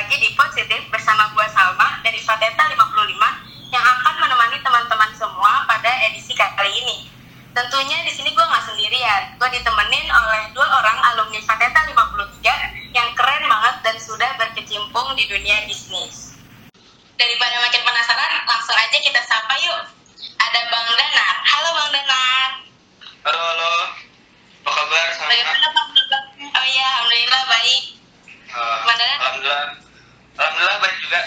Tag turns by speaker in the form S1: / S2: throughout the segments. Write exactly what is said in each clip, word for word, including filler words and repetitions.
S1: lagi di Positif bersama gue Salma dari Fateta lima puluh lima yang akan menemani teman-teman semua pada edisi kali ini. Tentunya di sini gue nggak sendirian, gue ditemenin oleh dua orang alumni Fateta lima puluh tiga yang keren banget dan sudah berkecimpung di dunia bisnis. Daripada makin penasaran, langsung aja kita sapa yuk. Ada Bang Danar. Halo Bang Danar.
S2: Halo, halo. Apa kabar?
S1: Bagaimana Bang? Oh iya, alhamdulillah baik.
S2: Uh,
S1: Bang Danar?
S2: Alhamdulillah. Alhamdulillah baik juga.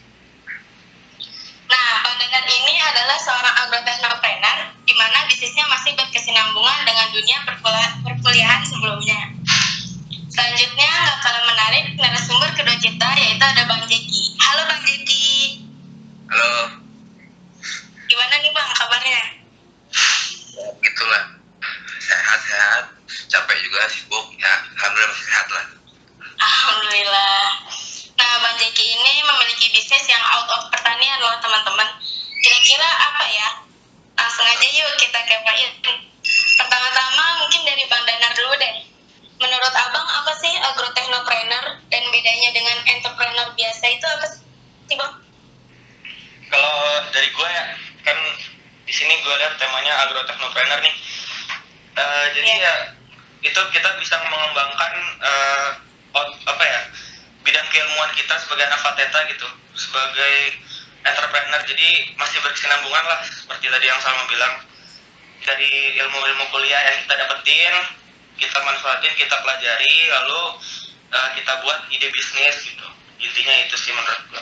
S1: Nah, Bang Danar ini adalah seorang agrotechnopreneur di mana bisnisnya masih berkesinambungan dengan dunia perkul- perkuliahan sebelumnya. Selanjutnya, nggak kalah menarik, narasumber kedua kita yaitu ada Bang Jeki. Halo Bang Jeki.
S2: Halo.
S1: Gimana nih Bang kabarnya?
S2: Ya, begitulah. Sehat-sehat. Capek juga, sibuk. Ya, alhamdulillah masih sehat lah.
S1: Alhamdulillah. Nah, Bang Jeki ini memiliki bisnis yang out of pertanian loh teman-teman. Kira-kira apa ya? Langsung aja yuk kita kepain. Pertama-tama mungkin dari Bang Danar dulu deh. Menurut Abang apa sih agrotechnopreneur dan bedanya dengan entrepreneur biasa itu apa sih Bang?
S2: Kalau dari gue ya, kan di sini gue lihat temanya agrotechnopreneur nih. Uh, jadi
S1: Yeah.
S2: ya itu kita bisa mengembangkan uh, apa ya bidang keilmuan kita sebagai anak Fateta gitu, sebagai entrepreneur. Jadi masih berkesinambungan lah seperti tadi yang Salma bilang, dari ilmu-ilmu kuliah yang kita dapetin, kita manfaatin, kita pelajari, lalu uh, kita buat ide bisnis gitu. Intinya itu sih menurut gue.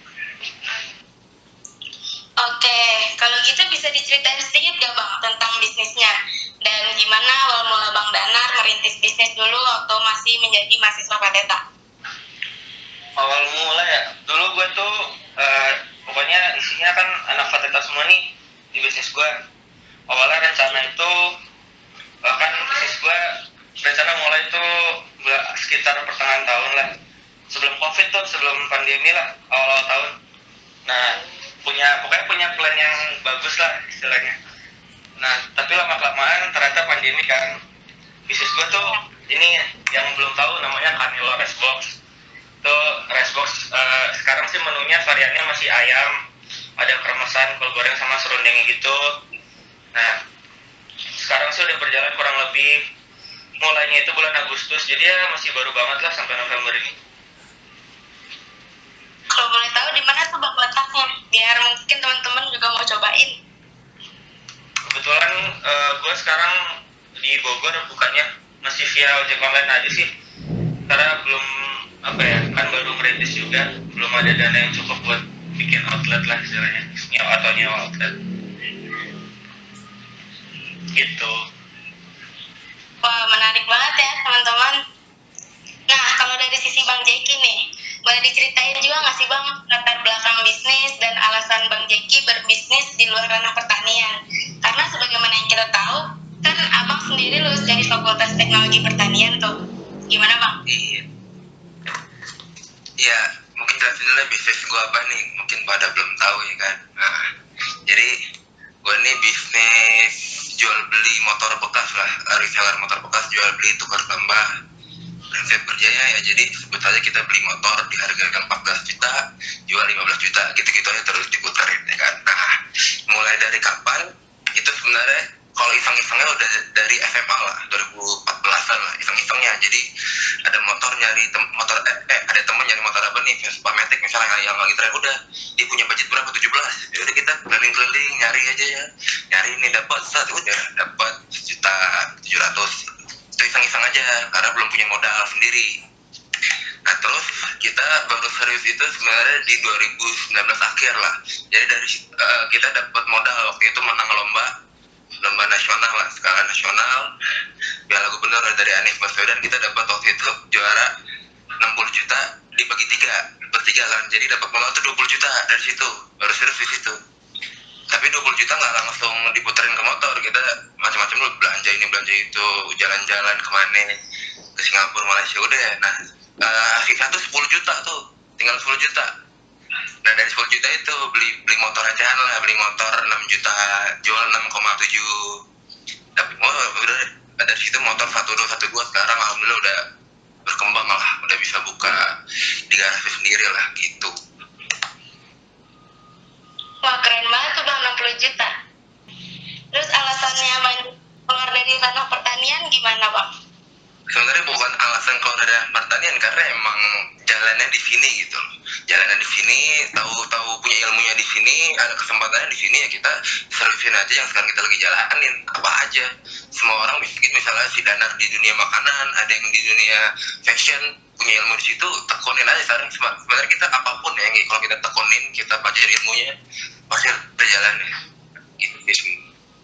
S1: Oke, kalau gitu bisa diceritain sedikit gak Bang tentang bisnisnya? Dan gimana awal mula Bang Danar merintis bisnis dulu waktu masih menjadi mahasiswa Fateta?
S2: Awal mula ya, dulu gue tuh uh, pokoknya isinya kan anak Fateta semua nih di bisnis gue. Awalnya rencana itu, bahkan bisnis gue rencana mulai itu sekitar pertengahan tahun lah, sebelum covid tuh, sebelum pandemi lah, awal-awal tahun. Nah, punya pokoknya punya plan yang bagus lah istilahnya. Nah, tapi lama-kelamaan ternyata pandemi kan. Bisnis gue tuh ini yang belum tahu namanya Canelo Racebox. Tuh Racebox uh, sekarang sih menunya variannya masih ayam, ada kremesan, kol goreng sama serundeng gitu. Nah, sekarang sih udah berjalan kurang lebih, mulainya itu bulan Agustus, jadi ya masih baru banget lah sampai November ini.
S1: Kalau boleh tahu di mana tuh Bang letaknya? Biar mungkin teman-teman juga mau cobain.
S2: Kebetulan uh, gue sekarang di Bogor, bukannya masih via ojek online aja sih, karena belum apa ya, kan baru merintis juga, belum ada dana yang cukup buat bikin outlet lah istilahnya, nyewa atau nyewa outlet gitu.
S1: Wah, menarik banget ya teman-teman. Nah, kalau dari sisi Bang Jeki nih, boleh diceritain juga nggak sih Bang latar belakang bisnis dan alasan Bang Jeki berbisnis di luar ranah pertanian? Karena sebagaimana yang kita tahu, kan Abang sendiri lulus dari Fakultas Teknologi Pertanian tuh. Gimana Bang?
S3: Iya. Iya, mungkin jelasin dulu bisnis gue apa nih, mungkin pada belum tahu ya kan. Nah, jadi gue nih bisnis jual beli motor bekas lah, reseller motor bekas, jual beli tukar tambah. Prinsip kerjanya ya jadi sebut aja kita beli motor di harga empat belas juta, jual lima belas juta, gitu-gitu aja terus diputerin ya kan. Nah, mulai dari kapan? Itu sebenarnya kalau iseng-isengnya udah dari S M A lah, dua ribu empat belasan lah, iseng-isengnya. Jadi ada motor nyari tem- motor eh, eh ada temen nyari motor apa nih, Vespa Matic misalnya yang lagi tren, udah dia punya budget berapa, tujuh belas. Ya udah kita keliling-keliling nyari aja ya. Nyari ini dapat satu udah dapat sejuta tujuh ratus. Itu iseng-iseng aja karena belum punya modal sendiri. Nah terus kita baru serius itu sebenarnya di dua ribu sembilan belas akhir lah. Jadi dari uh, kita dapat modal waktu itu menang lomba lomba nasional lah, skala nasional, Piala Gubernur dari Anies Baswedan. Kita dapat waktu itu juara enam puluh juta dibagi tiga, bertiga kan. Jadi dapat modal itu dua puluh juta dari situ, baru serius di situ. Tapi dua puluh juta nggak langsung diputerin ke motor, kita macam-macam dulu, belanja ini belanja itu, jalan-jalan kemana, ke Singapura, Malaysia, udah. Nah uh, sisa tuh sepuluh juta tuh, tinggal sepuluh juta. Nah dari sepuluh juta itu beli beli motor ajaan lah, beli motor enam juta, jual enam koma tujuh. Tapi oh, udah dari situ motor satu dua satu dua sekarang alhamdulillah udah berkembang lah, udah bisa buka di garasi sendiri lah gitu.
S1: Wah, keren banget tuh bang, enam puluh juta. Terus alasannya bang keluar dari ranah pertanian gimana bang?
S3: Sebenarnya bukan alasan keluar dari pertanian, karena emang jalannya di sini gitu loh. Jalannya di sini, tahu-tahu punya ilmunya di sini, ada kesempatannya di sini, ya kita servisin aja yang sekarang kita lagi jalanin, apa aja. Semua orang mungkin misalnya si Danar di dunia makanan, ada yang di dunia fashion, punya ilmu di situ, tekunin aja. Sekarang sebenarnya kita apapun ya, kalau kita tekunin, kita pelajari ilmunya, pasti ada jalannya. Gitu sih.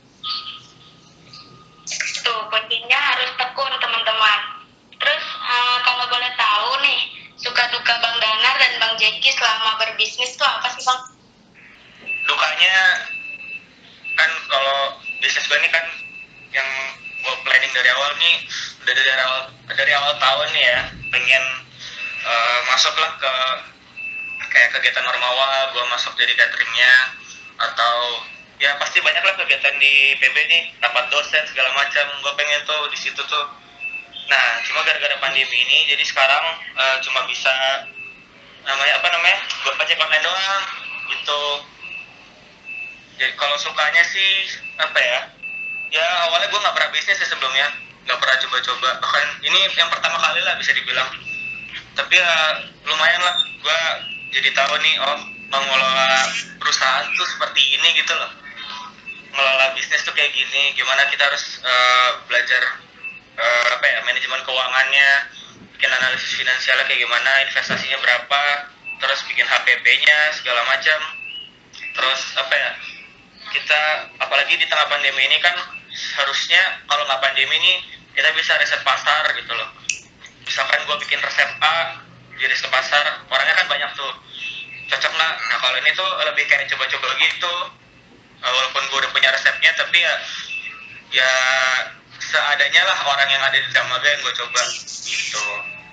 S1: Tuh, kuncinya harus tekun teman-teman. Terus uh, kalau boleh tahu nih, suka duka Bang Danar dan Bang Jeki selama berbisnis tuh apa sih bang?
S2: Dukanya kan kalau bisnis gue ini kan yang gue planning dari awal nih, udah dari awal dari awal tahun nih ya, pengen uh, masuk lah ke kayak kegiatan Ormawa, gue masuk jadi cateringnya, atau ya pasti banyak lah kegiatan di P B nih, rapat dosen segala macam, gue pengen tuh di situ tuh. Nah, cuma gara-gara pandemi ini, jadi sekarang uh, cuma bisa namanya apa namanya, buat pajak online doang gitu. Jadi kalau sukanya sih apa ya? Ya awalnya gue nggak pernah bisnis sih sebelumnya, nggak pernah coba-coba. Bahkan ini yang pertama kali lah bisa dibilang. Tapi ya lumayan lah, gue jadi tahu nih, oh mengelola perusahaan tuh seperti ini gitu loh. Ngelola bisnis tuh kayak gini, gimana kita harus uh, belajar uh, apa ya, manajemen keuangannya, bikin analisis finansialnya kayak gimana, investasinya berapa, terus bikin H P P-nya segala macam. Terus apa ya, kita apalagi di tengah pandemi ini kan harusnya kalau nggak pandemi ini kita bisa riset pasar gitu loh. Misalkan gue bikin resep A di riset pasar, orangnya kan banyak tuh, cocok nggak? Nah kalau ini tuh lebih kayak coba-coba gitu. Uh, walaupun gue udah punya resepnya, tapi ya ya seadanya lah orang yang ada di Dramaga yang gue coba gitu.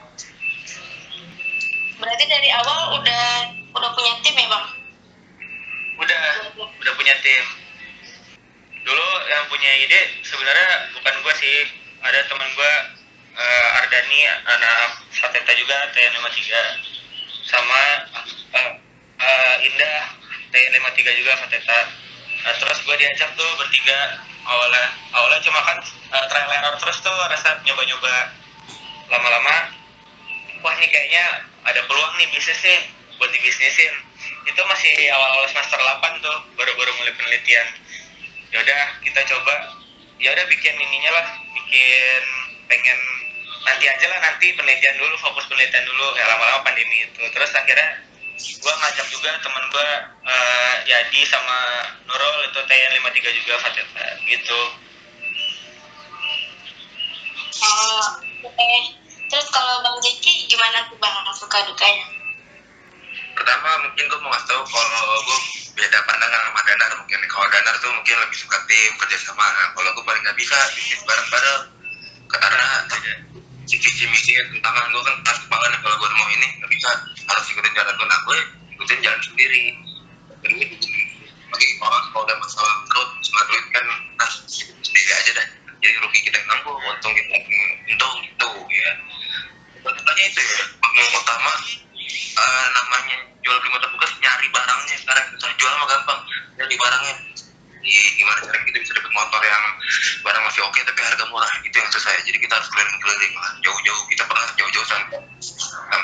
S1: Berarti dari awal udah udah punya tim ya bang?
S2: Udah, udah punya tim. Dulu yang punya ide sebenarnya bukan gue sih, ada teman gue uh, Ardani, anak Fateta juga, T N lima puluh tiga, sama uh, uh, Indah, T N lima puluh tiga juga Fateta. Nah, terus gue diajak tuh bertiga awalnya, awalnya cuma kan uh, trial error terus tuh, resep nyoba-nyoba. Lama-lama, wah ini kayaknya ada peluang nih bisnis nih buat dibisnisin. Itu masih awal-awal semester delapan tuh, baru-baru mulai penelitian. Ya udah kita coba, ya udah bikin ininya lah, bikin pengen nanti aja lah, nanti penelitian dulu, fokus penelitian dulu. Ya lama-lama pandemi itu, terus akhirnya gue ngajak juga temen gue uh, Yadi sama Nurul, itu T N lima puluh tiga juga Fateta gitu.
S1: Oh, oke. Okay. Terus kalau Bang Jeki gimana tuh bang, suka dukanya?
S3: Pertama mungkin gue mau ngasih tau kalau gue beda pandangan sama Danar. Mungkin kalau Danar tuh mungkin lebih suka tim, kerjasama. Kalau gue paling nggak bisa bisnis bareng-bareng, karena si visi misinya tentangan gue kan pas banget. Kalau gue mau ini nggak bisa, harus ikutin jalan gue. Nah gue ikutin jalan sendiri. Jadi bagi orang kalau udah masalah growth, masalah duit kan nah, sendiri aja dah. Jadi rugi kita yang nanggung, untung kita yang untung gitu ya. Contohnya itu ya, yang utama uh, namanya jual beli motor bekas, nyari barangnya. Sekarang susah jual mah gampang, nyari barangnya. Jadi gimana cara kita bisa dapat motor yang barang masih oke tapi harga murah, itu yang susah ya. Jadi kita harus keliling-keliling lah, jauh-jauh. Kita pernah jauh-jauh sampai um,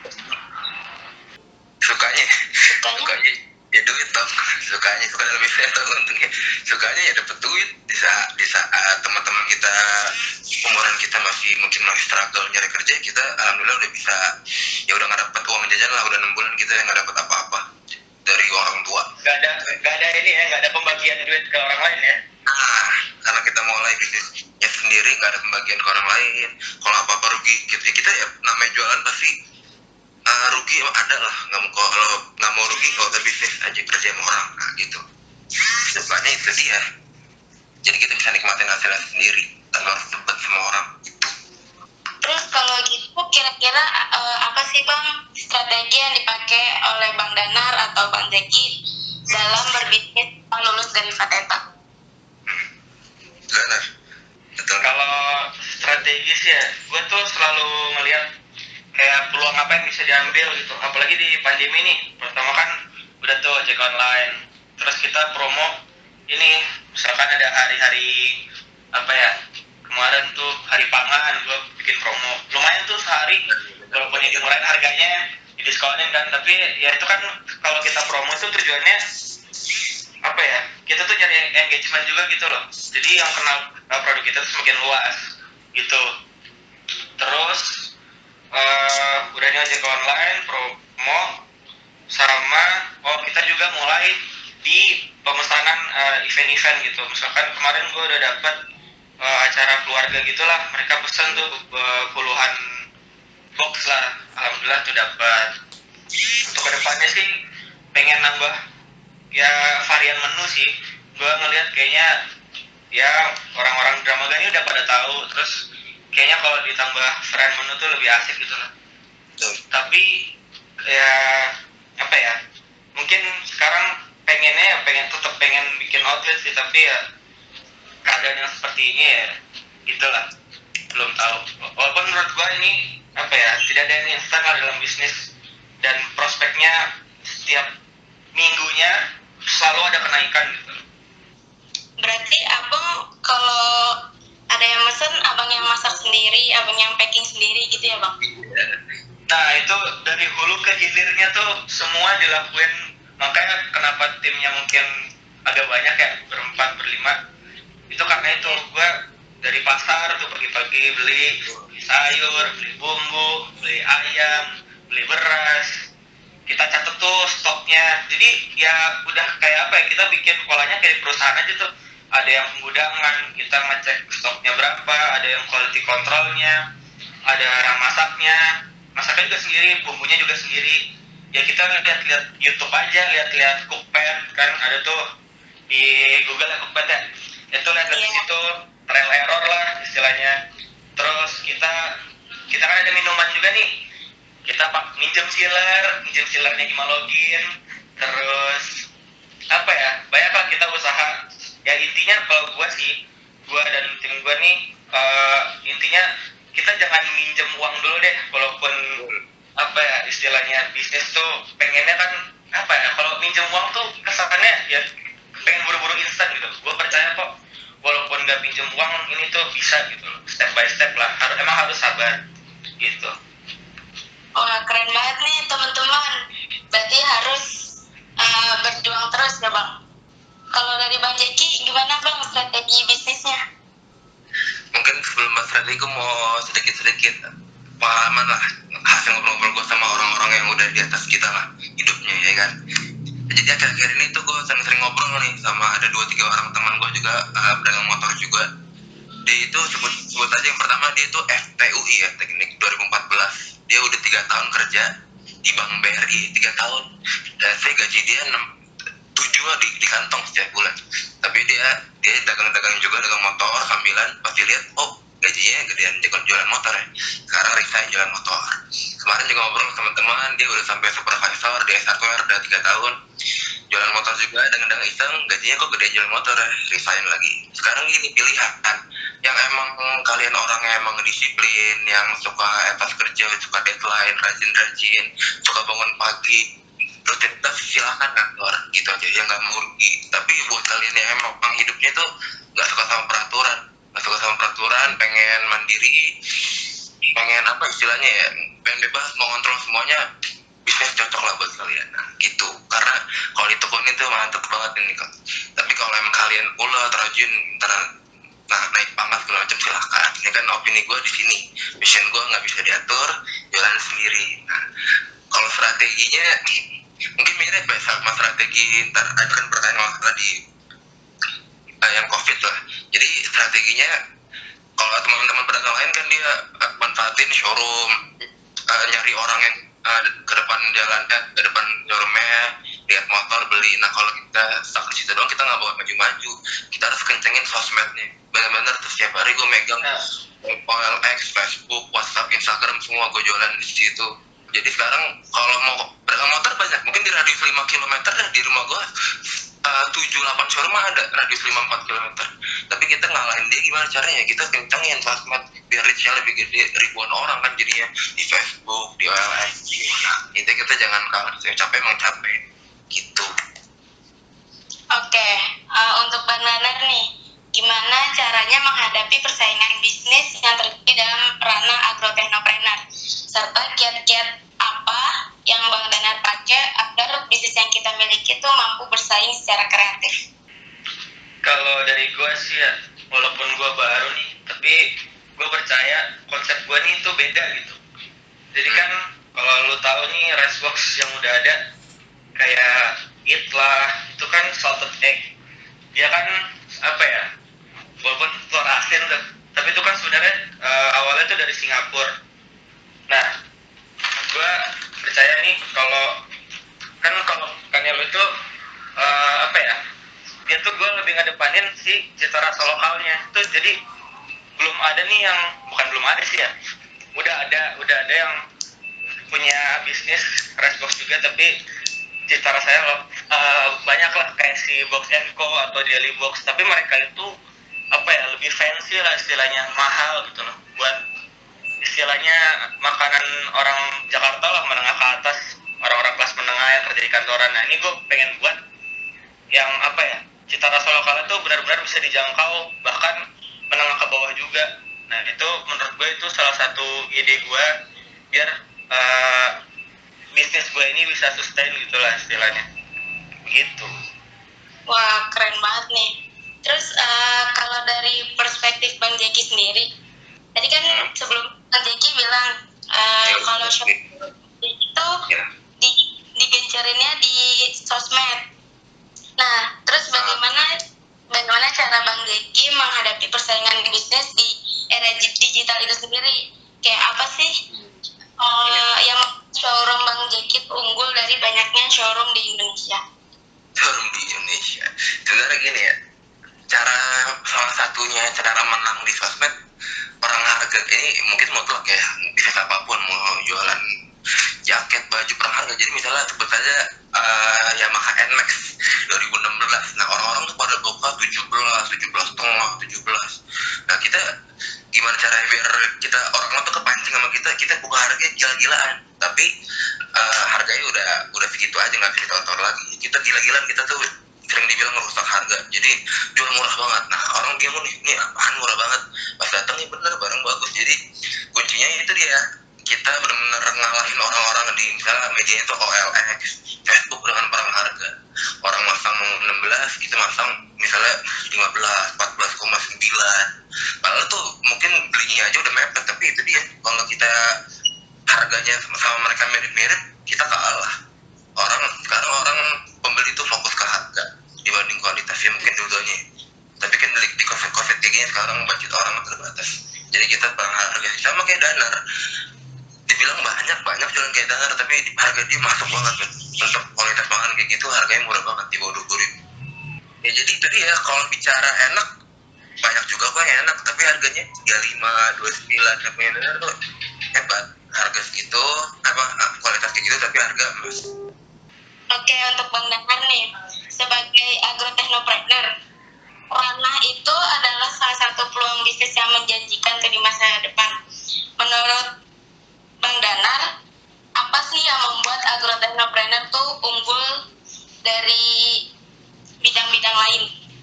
S3: sukanya sukanya ya duit dong, sukanya suka lebih fair atau untungnya sukanya ya dapat duit di saat di saat teman-teman kita umuran kita masih mungkin masih struggle nyari kerja. Kita alhamdulillah udah bisa, ya udah nggak dapat uang jajan lah, udah enam bulan kita nggak dapat apa-apa dari orang tua.
S2: Gak ada gak ada ini ya, gak ada pembagian duit ke orang lain ya.
S3: Nah karena kita mulai bisnisnya sendiri, nggak ada pembagian ke orang lain. Kalau apa-apa rugi kita, kita ya namanya jualan pasti uh, rugi ada lah. Nggak mau, kalau nggak mau rugi kalau kita bisnis aja kerja sama orang, nah gitu. Sukanya itu dia. Jadi kita bisa nikmatin hasilnya sendiri tanpa harus debat sama orang.
S1: Terus kalau gitu kira-kira uh, apa sih bang strategi yang dipakai oleh Bang Danar atau Bang Jeki dalam berbisnis setelah lulus dari Fateta?
S3: Danar, betul.
S2: Kalau strategi sih ya, gue tuh selalu ngeliat kayak peluang apa yang bisa diambil gitu, apalagi di pandemi nih. Pertama kan udah tuh ojek online, terus kita promo ini, misalkan ada hari-hari apa ya, kemarin tuh hari pangan, gue bikin promo lumayan tuh sehari, walaupun ini dimurahin harganya, didiskonin kan, tapi ya itu kan kalau kita promo tuh tujuannya apa ya, kita tuh nyari engagement juga gitu loh, jadi yang kenal produk kita tuh semakin luas gitu. Terus uh, udah nih ojek online, promo, sama oh kita juga mulai di pemesanan uh, event-event gitu. Misalkan kemarin gue udah dapet uh, acara keluarga gitulah, mereka pesen tuh uh, puluhan box lah, alhamdulillah tuh dapat. Untuk kedepannya sih pengen nambah ya varian menu sih. Gue ngelihat kayaknya ya orang-orang Drama ini udah pada tahu, terus kayaknya kalau ditambah varian menu tuh lebih asik gitu lah. Tapi ya apa ya, mungkin sekarang pengennya ya pengen tetap pengen bikin outlet sih, tapi ya keadaan yang seperti ini ya itulah, belum tahu. Walaupun menurut gua ini apa ya, tidak ada yang instan lah dalam bisnis, dan prospeknya setiap minggunya selalu ada kenaikan gitu.
S1: Berarti abang kalau ada yang mesen, abang yang masak sendiri, abang yang packing sendiri gitu ya bang?
S2: Nah itu dari hulu ke hilirnya tuh semua dilakuin, makanya kenapa timnya mungkin agak banyak ya, berempat berlima, itu karena itu gue dari pasar tuh pagi-pagi beli sayur, beli bumbu, beli ayam, beli beras, kita catat tuh stoknya. Jadi ya udah kayak apa ya, kita bikin polanya kayak perusahaan aja tuh, ada yang penggudangan, kita ngecek stoknya berapa, ada yang quality controlnya, ada orang masaknya, masaknya juga sendiri, bumbunya juga sendiri. Ya kita lihat-lihat YouTube aja, lihat-lihat Cookpad kan, ada tuh di Google ya Cookpad ya, itu lihat-lihat di situ, trial error lah istilahnya. Terus kita kita kan ada minuman juga nih, kita pak minjem chiller, minjem chillernya Imalogin. Terus apa ya, banyak lah kita usaha. Ya intinya kalau gue sih, gue dan tim gue nih uh, intinya kita jangan minjem uang dulu deh, walaupun apa ya istilahnya bisnis tuh pengennya kan apa ya, kalau minjem uang tuh kesannya ya pengen buru-buru instan gitu. Gue percaya kok walaupun nggak pinjem uang ini tuh bisa gitu, step by step lah, harus emang harus sabar gitu.
S1: Wah keren banget nih teman-teman, berarti harus uh, berjuang terus ya bang. Kalau dari bang Jeki gimana bang strategi bisnisnya?
S3: Mungkin sebelum bahas strategi gue mau sedikit-sedikit pengalaman lah, hasil ngobrol-ngobrol gue sama orang-orang yang udah di atas kita lah hidupnya ya kan. Jadi akhir-akhir ini tuh gue sering-sering ngobrol nih sama ada dua tiga orang teman gue juga, uh, pedagang motor juga. Dia itu sebut sebut aja yang pertama, dia itu F T U I ya, teknik dua ribu empat belas. Dia udah tiga tahun kerja di Bank B R I, tiga tahun, dan saya gaji dia enam tujuh di, di kantong setiap bulan. Tapi dia dia dagang-dagang juga, dagang motor sambilan. Pasti lihat, oh gajinya gedean jalan jualan motor ya. Sekarang resign jualan motor. Kemarin juga ngobrol sama teman, dia udah sampai supervisor di S Hardware, udah tiga tahun jualan motor juga, dengan iseng gajinya kok gedean jualan motor ya, resign lagi. Sekarang ini pilihan yang emang kalian orang yang emang disiplin, yang suka etos kerja, suka deadline, rajin-rajin, suka bangun pagi, rutinitas silakan kantor gitu aja, yang nggak merugi. Tapi buat kalian yang emang hidupnya tuh nggak suka sama peraturan, nggak suka sama peraturan, pengen mandiri, pengen apa istilahnya ya, pengen bebas, mau kontrol semuanya, bisnis cocok lah buat kalian. Nah, gitu. Karena kalau ditekunin tuh mantep banget ini kok. Tapi kalau emang kalian ulet, rajin, ntar nah, naik pangkat segala macam silakan. Ini kan opini gue di sini. Mission gue nggak bisa diatur, jalan sendiri. Nah, kalau strateginya mungkin mirip ya sama strategi, ntar ada kan pertanyaan tadi uh, yang COVID lah. Jadi strateginya kalau teman-teman pedagang lain kan dia uh, manfaatin showroom, uh, nyari orang yang uh, ke depan jalan, eh, ke depan showroomnya, lihat motor beli. Nah kalau kita stuck di situ doang, kita nggak bawa maju-maju. Kita harus kencengin sosmednya. Benar-benar tuh setiap hari gue megang O L X, Facebook, WhatsApp, Instagram, semua gue jualan di situ. Jadi sekarang kalau mau pedagang motor banyak, mungkin di radius lima kilometer dah di rumah gue uh, tujuh delapan showroom mah ada radius lima empat kilometer. Tapi kita ngalahin dia gimana caranya? Kita kencengin sosmed biar reach-nya lebih gede, ribuan orang kan jadinya di Facebook, di I G. Nah, intinya kita jangan kalah, capek emang capek gitu.
S1: Oke, uh, untuk Bang Nanar nih, gimana caranya menghadapi persaingan bisnis yang terjadi dalam ranah agrotechnopreneur? Serta kiat-kiat apa yang Bang Nanar pakai agar bisnis yang kita miliki itu mampu bersaing secara kreatif?
S2: Kalau dari gue sih ya, walaupun gue baru nih, tapi gue percaya konsep gue nih itu beda gitu. Jadi kan kalau lu tahu nih Ricebox yang udah ada, kayak Eat lah, itu kan salted egg. Dia kan apa ya, walaupun telur asin tuh, tapi itu kan sebenarnya uh, awalnya tuh dari Singapura. Nah, gue percaya nih kalau kan kalau Kanelo itu uh, apa ya, dia tuh gue lebih ngedepanin si cita rasa lokalnya tuh. Jadi belum ada nih yang, bukan belum ada sih ya, udah ada udah ada yang punya bisnis Ricebox juga, tapi cita rasanya loh uh, banyak lah kayak si Box and Co atau Daily Box, tapi mereka itu apa ya, lebih fancy lah istilahnya, mahal gitu loh, buat istilahnya makanan orang Jakarta lah, menengah ke atas, orang-orang kelas menengah yang kerja di kantoran. Nah ini gue pengen buat yang apa ya, cita rasa lokalnya tuh benar-benar bisa dijangkau, bahkan menengah ke bawah juga. Nah itu menurut gue itu salah satu ide gue biar uh, bisnis gue ini bisa sustain gitulah istilahnya gitu.
S1: Wah, keren banget nih. Terus uh, kalau dari perspektif Bang Jeki sendiri, tadi kan hmm. sebelum Bang Jeki bilang uh, ya, kalau shop itu ya. di digencerinnya di sosmed. Nah, terus bagaimana bagaimana cara Bang Jeki menghadapi persaingan bisnis di era digital itu sendiri? Kayak apa sih uh, yang showroom Bang Jeki unggul dari banyaknya showroom di Indonesia?
S3: Showroom di Indonesia. Sebenarnya gini ya, cara salah satunya cara menang di sosmed, perang harga ini mungkin mutlak ya, bisa apapun, mau jualan jaket, baju, perang harga. Jadi misalnya sebut saja uh, Yamaha N Max dua ribu enam belas. Nah orang-orang tuh pada buka tujuh belas, tujuh belas setengah, tujuh belas. Nah kita gimana caranya biar kita orang-orang tuh kepancing sama kita, kita buka harganya gila-gilaan, tapi uh, harganya udah udah segitu aja, nggak bisa ditonton lagi. Kita gila-gilaan, kita tuh sering dibilang merusak harga, jadi jual murah banget. Nah orang bingung nih, ini apaan murah banget, pas datang nih bener barang bagus. Jadi kuncinya itu dia, kita benar-benar ngalahin orang-orang di misalnya media itu O L X, Facebook dengan perang harga. Orang masang enam belas, kita masang misalnya lima belas, empat belas koma sembilan. Padahal tuh mungkin belinya aja udah mepet, tapi itu dia, kalau kita harganya sama mereka mirip-mirip, kita kalah. Orang sekarang orang pembeli tuh fokus ke harga dibanding kualitas, ya mungkin dua-duanya. Tapi kan di, di covid-covid kayak gini sekarang budget orang terbatas, jadi kita perang harga. Sama kayak Danar, dibilang banyak banyak jualan kayak Danar, tapi harga dia masuk banget kan. Untuk kualitas pangan kayak gitu harganya murah banget, di bawah dua puluh ribu. Ya jadi itu dia, kalau bicara enak banyak juga kok yang enak, tapi harganya tiga puluh lima, dua puluh sembilan. Punya Danar tuh hebat, harga segitu, apa kualitas kayak gitu tapi harga emas.
S1: Oke, untuk Bang Danar nih, sebagai agrotechnopreneur, ranah itu adalah salah satu peluang bisnis yang menjanjikan ke di masa depan. Menurut Bang Danar, apa sih yang membuat agrotechnopreneur tuh unggul dari bidang-bidang lain?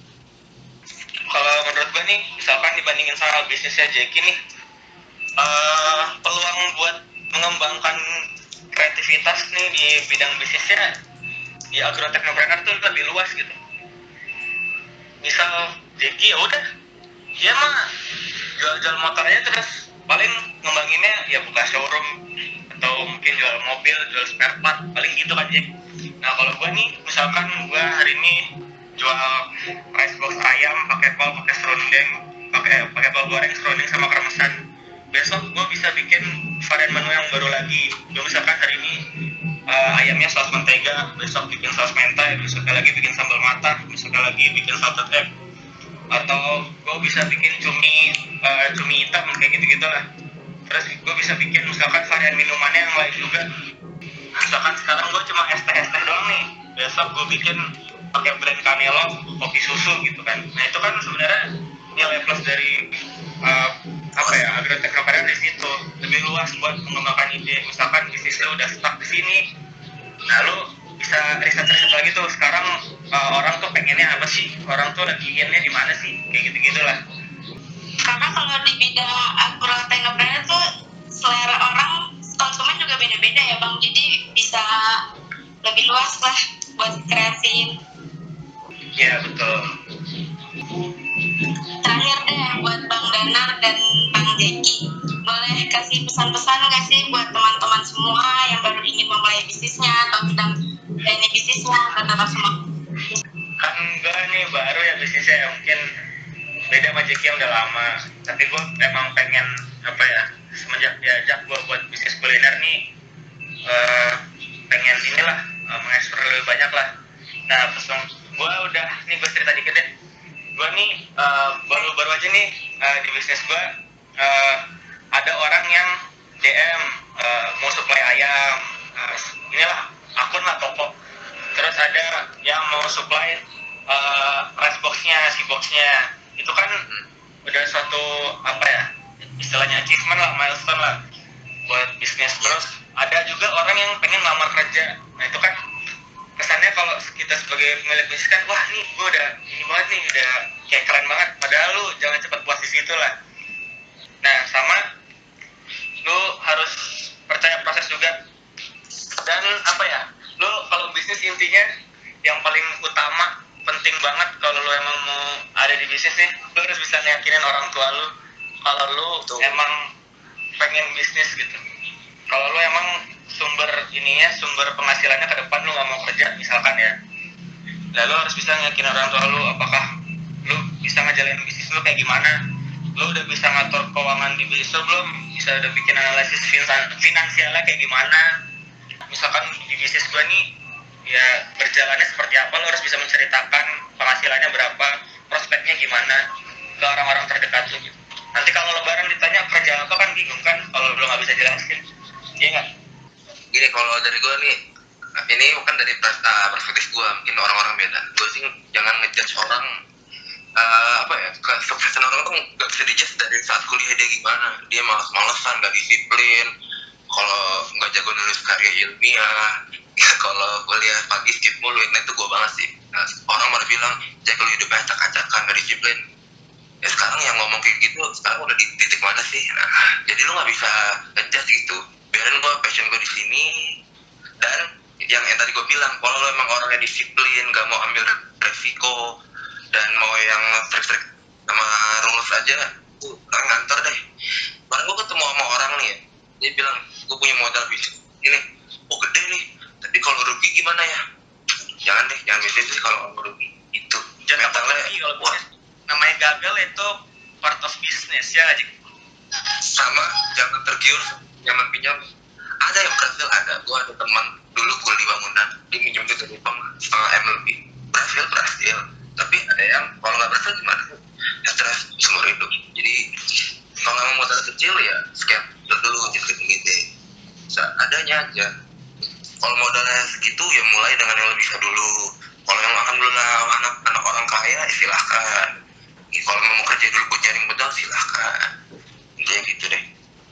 S2: Kalau menurut gue nih, misalkan dibandingin sama bisnisnya Jeki nih, uh, peluang buat mengembangkan kreativitas nih di bidang bisnisnya di agrotechnopreneur tuh lebih luas gitu. Misal Jeki ya udah, dia mah jual-jual motor aja, terus paling ngembanginnya ya buka showroom atau mungkin jual mobil, jual spare part, paling gitu kan Jek. Nah kalau gue nih, misalkan gue hari ini jual Ricebox ayam pakai kol, pakai serundeng, pakai pakai kol goreng, serundeng sama kremesan. Besok gue bisa bikin varian menu yang baru lagi. Gue misalkan hari ini uh, ayamnya saus mentega, besok bikin saus mentai, besoknya lagi bikin sambal mata, besoknya lagi bikin salted egg. Atau gue bisa bikin cumi uh, cumi hitam kayak gitu-gitu lah. Terus gue bisa bikin misalkan varian minumannya yang lain juga. Misalkan sekarang gue cuma es teh es teh doang nih, besok gue bikin pakai blend Canelo kopi susu gitu kan. Nah itu kan sebenarnya nilai plus dari uh, apa ya agroteknoparent di situ lebih luas buat mengembangkan ide. Misalkan bisnisnya udah stuck di sini, nah lu bisa riset-riset lagi tuh sekarang uh, orang tuh pengennya apa sih, orang tuh lagi inginnya di mana sih, kayak gitu-gitu lah.
S1: Karena kalau di bidang agroteknoparent tuh selera orang konsumen juga beda-beda ya bang, jadi bisa lebih luas lah buat kreasi.
S2: Iya betul.
S1: Terakhir deh buat Bang Danar dan Bang Jeki, boleh kasih pesan-pesan nggak sih buat teman-teman semua yang baru ingin memulai bisnisnya atau sedang ini bisnisnya atau tetap semua?
S2: Kan gue nih baru ya bisnisnya ya, mungkin beda sama Jeki yang udah lama, tapi gue emang pengen apa ya, semenjak diajak gue buat bisnis kuliner nih uh, pengen inilah uh, mengeksplor lebih banyak lah. Nah pesan gue udah nih, gue cerita dikit deh. Gue nih uh, baru-baru aja nih uh, di bisnis gue uh, ada orang yang D M uh, mau supply ayam, uh, inilah akun lah toko. Terus ada yang mau supply uh, rice boxnya, si boxnya. Itu kan udah suatu apa ya, istilahnya achievement lah, milestone lah buat bisnis. Terus ada juga orang yang pengen ngelamar kerja. Nah itu kan kesannya kalau kita sebagai pemilik bisnis kan, wah nih gue udah ini banget nih, udah kayak keren banget. Padahal lu jangan cepat puas di situ lah. Nah sama lu harus percaya proses juga. Dan apa ya, lu kalau bisnis intinya yang paling utama penting banget kalau lu emang mau ada di bisnis nih, lu harus bisa ngeyakinin orang tua lu kalau lu Tuh. emang pengen bisnis gitu. Kalau lu emang sumber ininya, sumber penghasilannya ke depan lu nggak mau kerja misalkan ya, lalu harus bisa ngeyakinin orang tua lu apakah lu bisa ngejalanin bisnis lu kayak gimana, lu udah bisa ngatur keuangan di bisnis lu belum, bisa udah bikin analisis finansialnya kayak gimana. Misalkan di bisnis gua nih ya berjalannya seperti apa, lo harus bisa menceritakan penghasilannya berapa, prospeknya gimana ke orang-orang terdekat lo gitu. Nanti kalau lebaran ditanya kerja apa kan bingung kan kalau lo nggak bisa jelasin, iya nggak?
S3: Gini, kalau dari gue nih, ini bukan dari perspektif gue, mungkin orang-orang beda. Gue sih jangan ngejudge orang, uh, apa ya, kesuksesan orang tuh nggak bisa dijudge dari saat kuliah dia gimana, dia malas-malesan, nggak disiplin, kalau nggak jago nulis karya ilmiah, ya kalau kuliah pagi skip mulu, nah itu gue banget sih. Nah, orang malah bilang, Jack lu hidupnya acak-acakan, nggak disiplin. Ya sekarang yang ngomong kayak gitu, sekarang udah di titik mana sih? Nah, jadi lu nggak bisa ngejudge gitu. Biarin gue passion gue di sini. Dan yang, yang tadi gue bilang, kalau lu emang orangnya disiplin, nggak mau ambil resiko, dan mau yang strict-strict sama rules aja, tuh ngantor deh. Kemarin gue ketemu sama orang nih ya, dia bilang, gue punya modal bisnis ini, oh gede nih, tapi kalau rugi gimana ya? Jangan deh, jangan bisnis sih kalau mau rugi. Itu
S2: jangan takut rugi kalau bisnis. Namanya gagal itu part of business ya aja.
S3: Sama jangan tergiur nyaman pinjam. Ada yang berhasil, ada. Gue ada teman dulu kuliah di bangunan, dia minjem ke dari bank setengah m lebih, berhasil berhasil. Tapi ada yang kalau nggak berhasil gimana? Ya stres seumur hidup. Jadi kalau emang modal kecil ya scale dulu, jadi gede. Adanya aja. Kalau modalnya segitu ya mulai dengan yang lebih dulu. Kalau yang alhamdulillah anak-anak orang kaya ya silahkan. Ya, kalau mau kerja dulu buat nyari modal silahkan. Kayak gitu deh.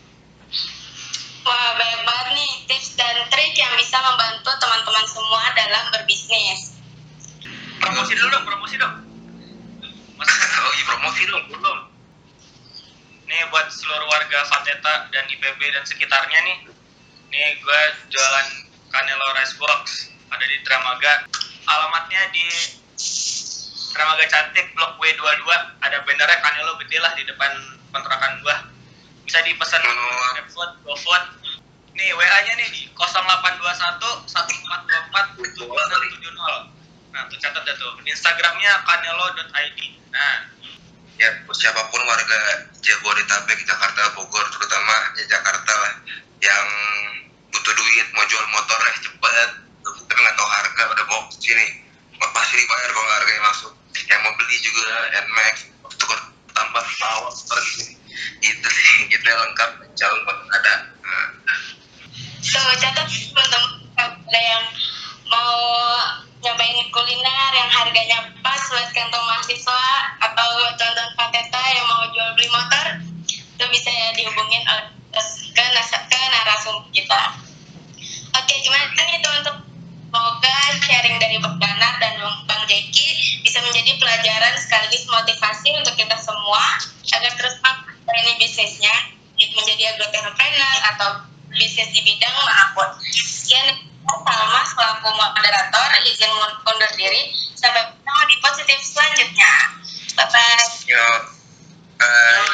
S1: Wah, banyak banget nih tips dan trik yang bisa membantu teman-teman semua dalam berbisnis.
S2: Promosi dulu dong, promosi dong.
S3: Mas, oh iya promosi dong, belum.
S2: Nih buat seluruh warga Fateta dan I P B dan sekitarnya nih. Nih gue jualan Canelo Rice Box, ada di Dramaga. Alamatnya di Dramaga Cantik, Blok W dua puluh dua. Ada bannernya Canelo gede lah di depan kontrakan gue. Bisa dipesan GrabFood, GoFood. Nih W A-nya nih di nol delapan dua satu satu empat dua empat tujuh satu tujuh nol. Nah, tuh catat dah tuh. Instagramnya canelo dot i d. Nah,
S3: ya siapapun warga Jabodetabek, Jakarta, Bogor, terutama ya Jakarta lah, yang butuh duit mau jual motor eh cepet, tapi nggak tahu harga, udah bawa ke sini, pasti dibayar kalau harganya masuk. Yang mau beli juga Nmax, tukar tambah pesawat, pergi gitu sih, gitu lengkap, jauh banget ada.
S1: Tuh catat teman-teman, ada yang mau nyobain kuliner yang harganya pas buat kantong mahasiswa atau tonton Fateta yang mau jual beli motor, itu bisa ya dihubungin ke, ke narasumber kita. Oke, gimana nih teman-teman? Semoga sharing dari Bang Danar dan Bang Jeki bisa menjadi pelajaran sekaligus motivasi untuk kita semua agar terus ini bisnisnya menjadi agrotechnopreneur atau bisnis di bidang manapun. Sekian, Salma selaku moderator izin undur diri. Sampai bertemu di positif selanjutnya. Bye bye.
S3: Yo, bye.